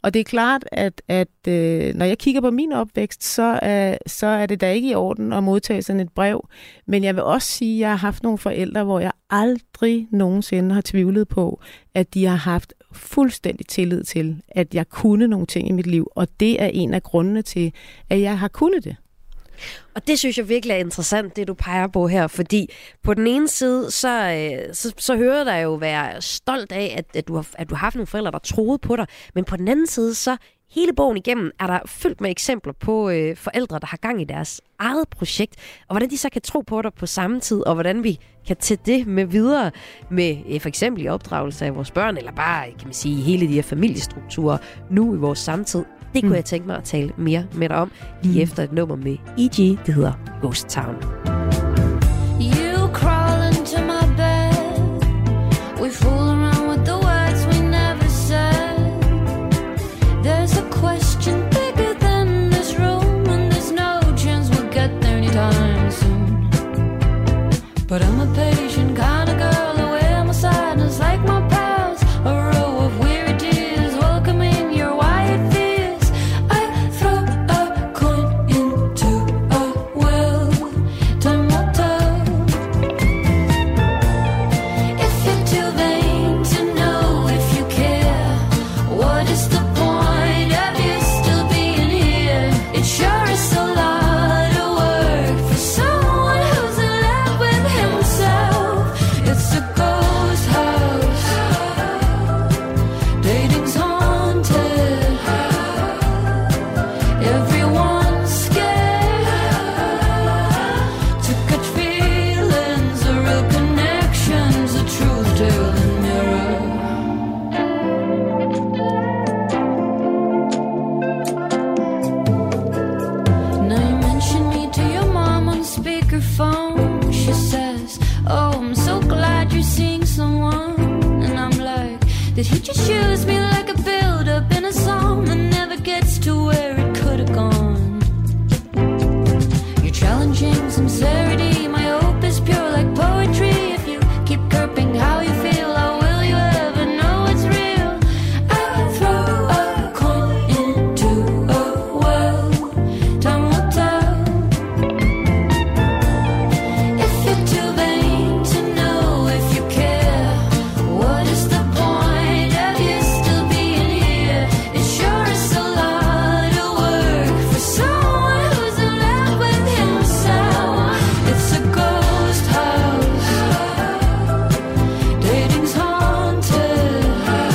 Og det er klart, at, at øh, når jeg kigger på min opvækst, så er, så er det da ikke i orden at modtage sådan et brev. Men jeg vil også sige, at jeg har haft nogle forældre, hvor jeg aldrig nogensinde har tvivlet på, at de har haft fuldstændig tillid til, at jeg kunne nogle ting i mit liv. Og det er en af grundene til, at jeg har kunnet det. Og det synes jeg virkelig er interessant, det du peger på her, fordi på den ene side, så, så, så hører der jo være stolt af, at, at, du har, at du har haft nogle forældre, der troede på dig, men på den anden side, så hele bogen igennem er der fyldt med eksempler på øh, forældre, der har gang i deres eget projekt, og hvordan de så kan tro på dig på samme tid, og hvordan vi kan tage det med videre med øh, for eksempel i opdragelse af vores børn, eller bare, kan man sige, hele de her familiestrukturer nu i vores samtid. Det kunne mm. jeg tænke mig at tale mere med dig om, lige mm. efter et nummer med E G, det hedder Ghost Town. You crawl into my bed. We fool around with the words we never said. There's a question bigger than this room, and there's no chance we'll get there anytime soon. But I'm a patient kind of girl, aware my sadness like my past. A row of weary tears welcoming your wild fears. I throw a coin into a well, time will tell. If you're too vain to know if you care, what is the point of you still being here? It sure is a lot of work for someone who's in love with himself. It's a ghost house, dating's haunted, everyone's scared to catch feelings, a real connections, a truth-telling mirror. Now you mention me to your mom on speakerphone. She says, oh, I'm so glad you're seeing someone. And I'm like, did he just use me like a build-up in a song that never gets to where it could have gone? You're challenging sincerity. My hope is pure like poetry. If you keep curbing how you feel, how will you ever know it's real? I throw a coin into a well, time will tell. If you're too vain to know if you care, what is the point of you still being here? It sure is a lot of work for someone who's in love with himself. It's a ghost house, dating's haunted,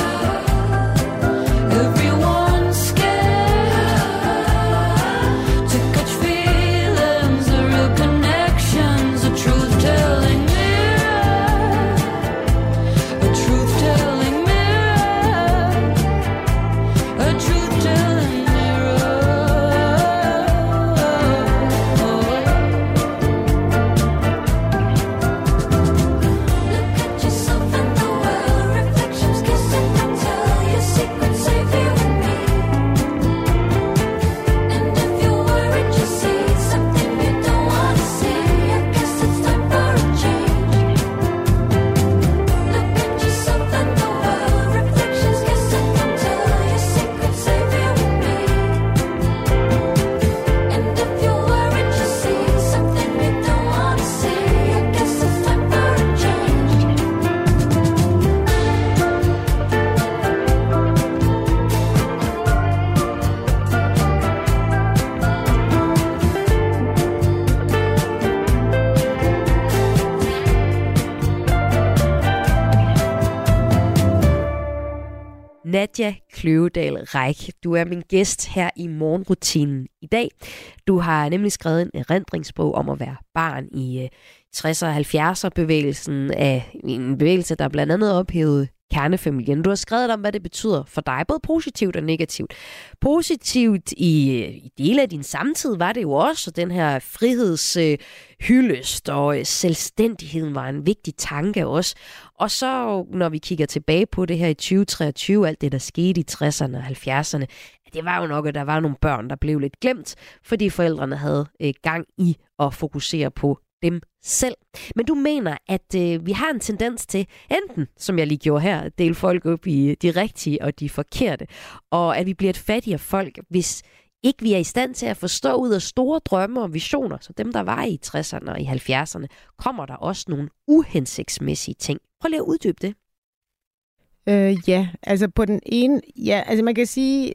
everyone's scared to catch feelings, a real connections, a truth-telling mirror, a truth-telling mirror, a truth-telling mirror. Look at yourself in the well, reflections kissing and tell your secrets, save you and me. And if you're worried you see something you don't want to see, I guess it's time for a change. Look at yourself in the well, reflections kissing and tell your secrets, save you and me. And if you're worried you see something you don't want to see, I guess it's time for a change. Nadja Kløvedal Reich, du er min gæst her i morgenrutinen i dag. Du har nemlig skrevet en erindringsbog om at være barn i øh, tresserne og halvfjerdserne bevægelsen af en bevægelse, der blandt andet ophævede kernefamilien. Du har skrevet om, hvad det betyder for dig, både positivt og negativt. Positivt i, øh, i dele af din samtid var det jo også, den her frihedshyldest øh, og øh, selvstændigheden var en vigtig tanke også. Og så, når vi kigger tilbage på det her i tyve treogtyve, alt det, der skete i tresserne og halvfjerdserne, det var jo nok, at der var nogle børn, der blev lidt glemt, fordi forældrene havde øh, gang i at fokusere på dem selv. Men du mener, at øh, vi har en tendens til, enten, som jeg lige gjorde her, at dele folk op i de rigtige og de forkerte, og at vi bliver et fattigere folk, hvis ikke vi er i stand til at forstå ud af store drømme og visioner, som dem, der var i tresserne og i halvfjerdserne, kommer der også nogle uhensigtsmæssige ting. Prøv lige at uddybe det. Øh, ja, altså på den ene, ja, altså man kan sige,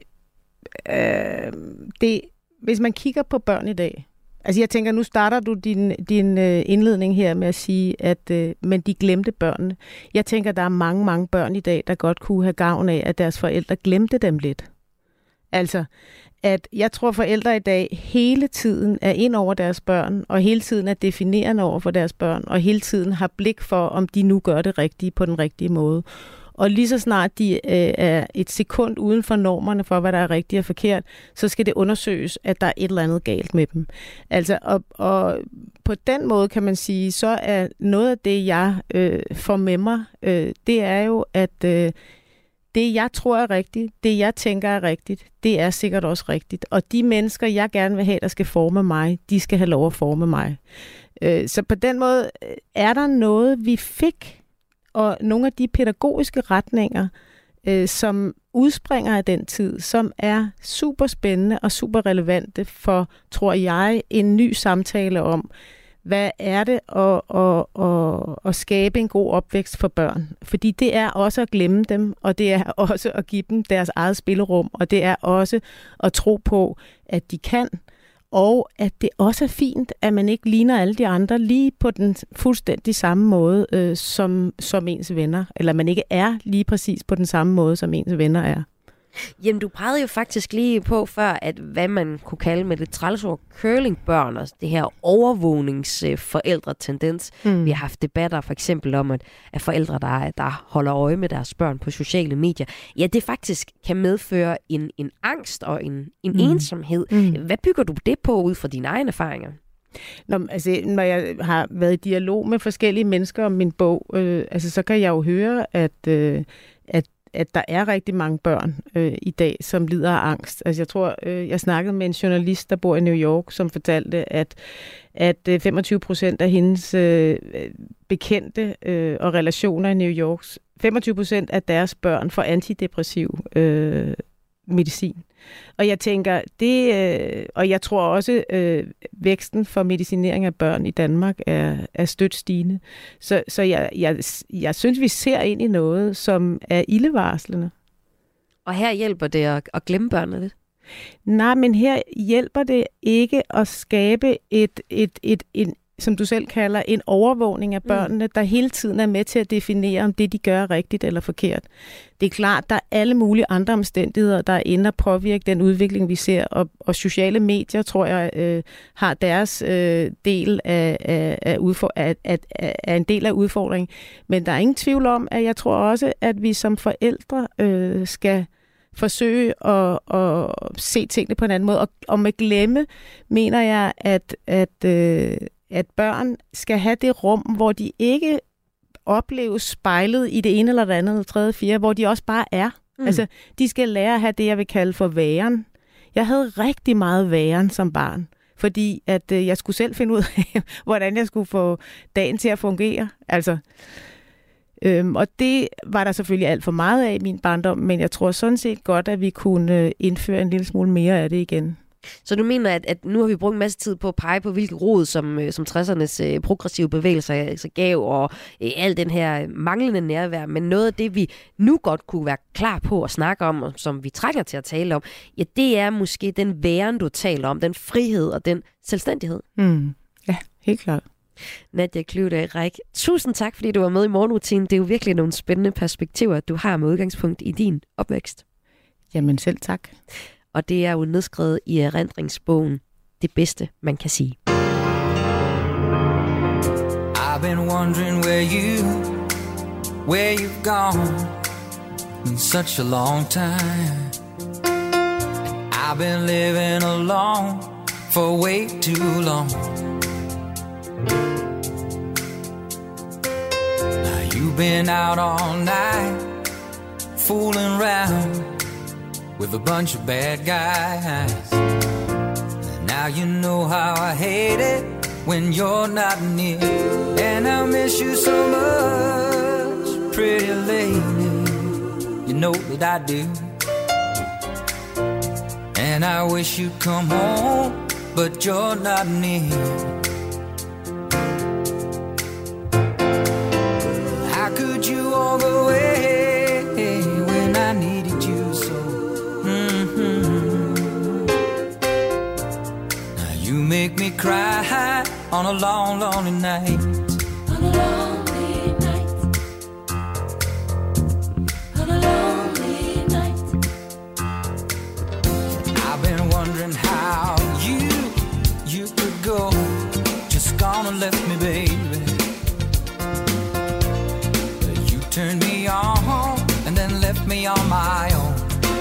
øh, det, hvis man kigger på børn i dag, altså jeg tænker, nu starter du din, din øh, indledning her med at sige, at øh, men de glemte børnene. Jeg tænker, der er mange, mange børn i dag, der godt kunne have gavn af, at deres forældre glemte dem lidt. Altså, at jeg tror, forældre i dag hele tiden er ind over deres børn, og hele tiden er definerende over for deres børn, og hele tiden har blik for, om de nu gør det rigtige på den rigtige måde. Og lige så snart de øh, er et sekund uden for normerne for, hvad der er rigtigt og forkert, så skal det undersøges, at der er et eller andet galt med dem. Altså, og, og på den måde kan man sige, så er noget af det, jeg øh, får med mig, øh, det er jo, at øh, det, jeg tror er rigtigt, det, jeg tænker er rigtigt, det er sikkert også rigtigt. Og de mennesker, jeg gerne vil have, der skal forme mig, de skal have lov at forme mig. Øh, så på den måde er der noget, vi fik, og nogle af de pædagogiske retninger, øh, som udspringer af den tid, som er super spændende og super relevante for, tror jeg, en ny samtale om, hvad er det at, at, at, at skabe en god opvækst for børn? Fordi det er også at glemme dem, og det er også at give dem deres eget spillerum, og det er også at tro på, at de kan, og at det også er fint, at man ikke ligner alle de andre lige på den fuldstændig samme måde øh, som, som ens venner, eller man ikke er lige præcis på den samme måde, som ens venner er. Jamen, du pegede jo faktisk lige på før, at hvad man kunne kalde med det trælsord curlingbørn, og det her overvågningsforældretendens. Mm. Vi har haft debatter for eksempel om, at, at forældre, der, der holder øje med deres børn på sociale medier, ja, det faktisk kan medføre en, en angst og en, en mm. ensomhed. Mm. Hvad bygger du det på ud fra dine egne erfaringer? Nå, altså, når jeg har været i dialog med forskellige mennesker om min bog, øh, altså, så kan jeg jo høre, at, øh, at at der er rigtig mange børn øh, i dag, som lider af angst. Altså jeg tror, øh, jeg snakkede med en journalist, der bor i New York, som fortalte, at, at øh, femogtyve procent af hendes øh, bekendte øh, og relationer i New York, femogtyve procent af deres børn får antidepressiv øh, medicin. Og jeg tænker, det, øh, og jeg tror også, øh, væksten for medicinering af børn i Danmark er, er stødt stigende. Så, så jeg, jeg, jeg synes, vi ser ind i noget, som er ildevarslende. Og her hjælper det at, at glemme børnene lidt? Nej, men her hjælper det ikke at skabe et, et, et, en, som du selv kalder, en overvågning af børnene, mm. der hele tiden er med til at definere, om det, de gør, rigtigt eller forkert. Det er klart, der er alle mulige andre omstændigheder, der er inde at påvirke den udvikling, vi ser, og, og sociale medier, tror jeg, øh, har deres øh, del af, af, af, udfor- af, af, af en del af udfordringen. Men der er ingen tvivl om, at jeg tror også, at vi som forældre øh, skal forsøge at, at se tingene på en anden måde. Og, og med glemme mener jeg, at, at øh, at børn skal have det rum, hvor de ikke opleves spejlet i det ene eller det andet, eller tredje, fjerde, hvor de også bare er. Mm. Altså, de skal lære at have det, jeg vil kalde for væren. Jeg havde rigtig meget væren som barn, fordi at øh, jeg skulle selv finde ud af, hvordan jeg skulle få dagen til at fungere. Altså, øhm, og det var der selvfølgelig alt for meget af i min barndom, men jeg tror sådan set godt, at vi kunne indføre en lille smule mere af det igen. Så du mener, at, at nu har vi brugt en masse tid på at pege på, hvilke råd, som, som tressernes øh, progressive bevægelser altså gav, og øh, al den her manglende nærvær. Men noget af det, vi nu godt kunne være klar på at snakke om, og som vi trænger til at tale om, ja, det er måske den væren, du taler om, den frihed og den selvstændighed. Mm. Ja, helt klart. Nadia Kløvedal Reich, tusind tak, fordi du var med i Morgenrutinen. Det er jo virkelig nogle spændende perspektiver, du har med udgangspunkt i din opvækst. Jamen selv tak. Og det er jo nedskrevet i erindringsbogen Det bedste, man kan sige. I've been wondering where you, where you've gone in such a long time. I've been living alone for way too long. Now you've been out all night, fooling around with a bunch of bad guys. Now you know how I hate it when you're not near. And I miss you so much, pretty lady. You know that I do. And I wish you'd come home, but you're not near. How could you walk away when I needed you so? Mm-hmm. Now you make me cry on a long, lonely night. On a lonely night. On a lonely night. I've been wondering how you, you could go. Just gone and left me, baby. But you turned me on and then left me on my own.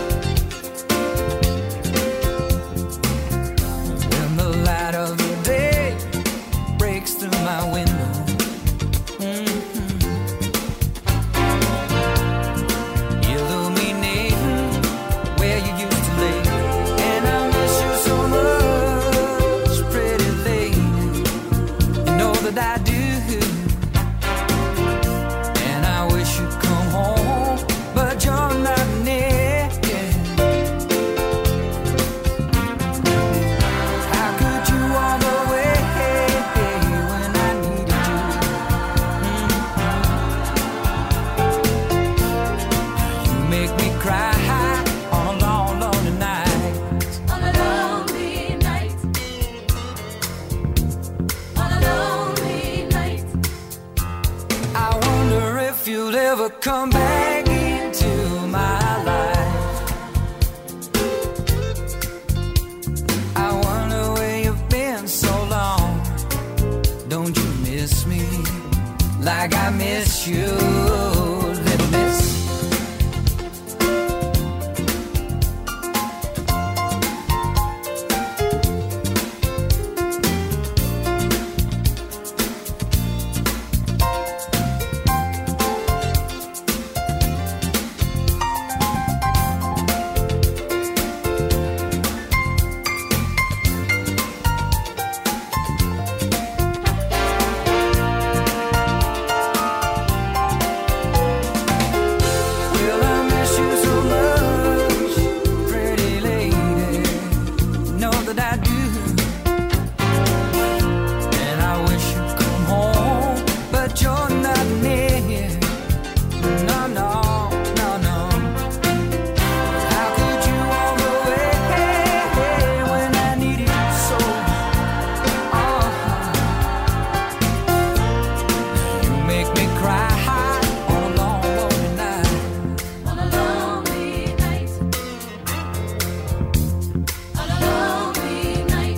When the light of the day breaks through my window, mm-hmm. illuminating where you used to lay. And I miss you so much, pretty lady. You know that I do. And I wish you'd come home, but you're not near. How could you walk away when I needed you? Mm-hmm. You make me cry on a long, lonely night. On a lonely night. On a lonely night. I wonder if you'll ever come back into my life. I wonder where you've been so long. Don't you miss me like I miss you, little miss? Well, I miss you so much, pretty lady. Know that I do. And I wish you'd come home, but you're not near. No, no, no, no. How could you walk away when I needed you so? Oh, you make me cry on a long, lonely night. On a lonely night. On a lonely night.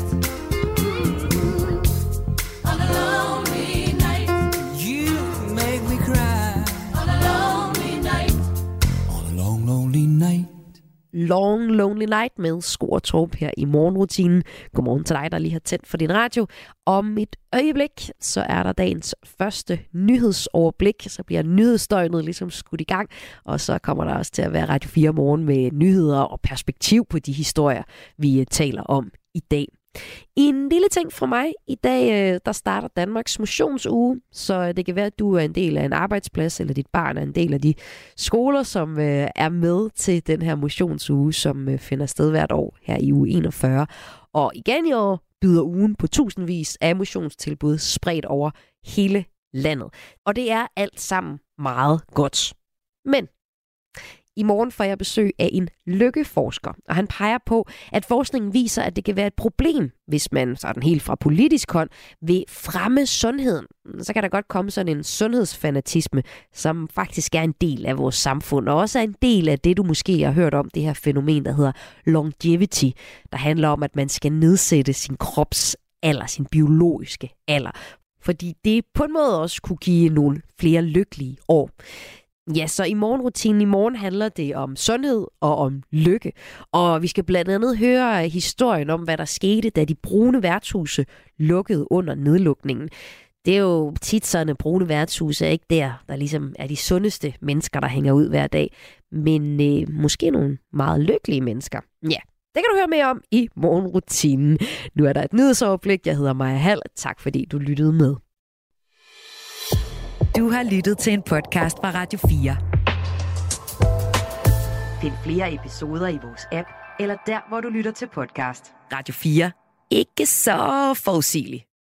On a lonely night. You make me cry. On a lonely night. On a long, lonely night. Long Lonely Night med Sko og Torp her i morgenrutinen. Godmorgen til dig, der lige har tændt for din radio. Om et øjeblik, så er der dagens første nyhedsoverblik. Så bliver nyhedsdøgnet ligesom skudt i gang, og så kommer der også til at være Radio fire morgen med nyheder og perspektiv på de historier, vi taler om i dag. En lille ting fra mig. I dag, der starter Danmarks motionsuge, så det kan være, at du er en del af en arbejdsplads, eller dit barn er en del af de skoler, som er med til den her motionsuge, som finder sted hvert år her i uge enogfyrre. Og igen i år byder ugen på tusindvis af motionstilbud spredt over hele landet. Og det er alt sammen meget godt. Men i morgen får jeg besøg af en lykkeforsker, og han peger på, at forskningen viser, at det kan være et problem, hvis man sådan helt fra politisk hånd vil fremme sundheden. Så kan der godt komme sådan en sundhedsfanatisme, som faktisk er en del af vores samfund, og også er en del af det, du måske har hørt om, det her fænomen, der hedder longevity, der handler om, at man skal nedsætte sin krops alder, sin biologiske alder, fordi det på en måde også kunne give nogle flere lykkelige år. Ja, så i morgenrutinen i morgen handler det om sundhed og om lykke. Og vi skal blandt andet høre historien om, hvad der skete, da de brune værtshuse lukkede under nedlukningen. Det er jo tit sådan, at brune værtshuse er ikke der, der ligesom er de sundeste mennesker, der hænger ud hver dag. Men øh, måske nogle meget lykkelige mennesker. Ja, Det kan du høre mere om i morgenrutinen. Nu er der et nyhedsoverblik. Jeg hedder Maja Hall. Tak fordi du lyttede med. Du har lyttet til en podcast fra Radio fire. Find flere episoder i vores app, eller der, hvor du lytter til podcast. Radio fire. Ikke så forudsigeligt.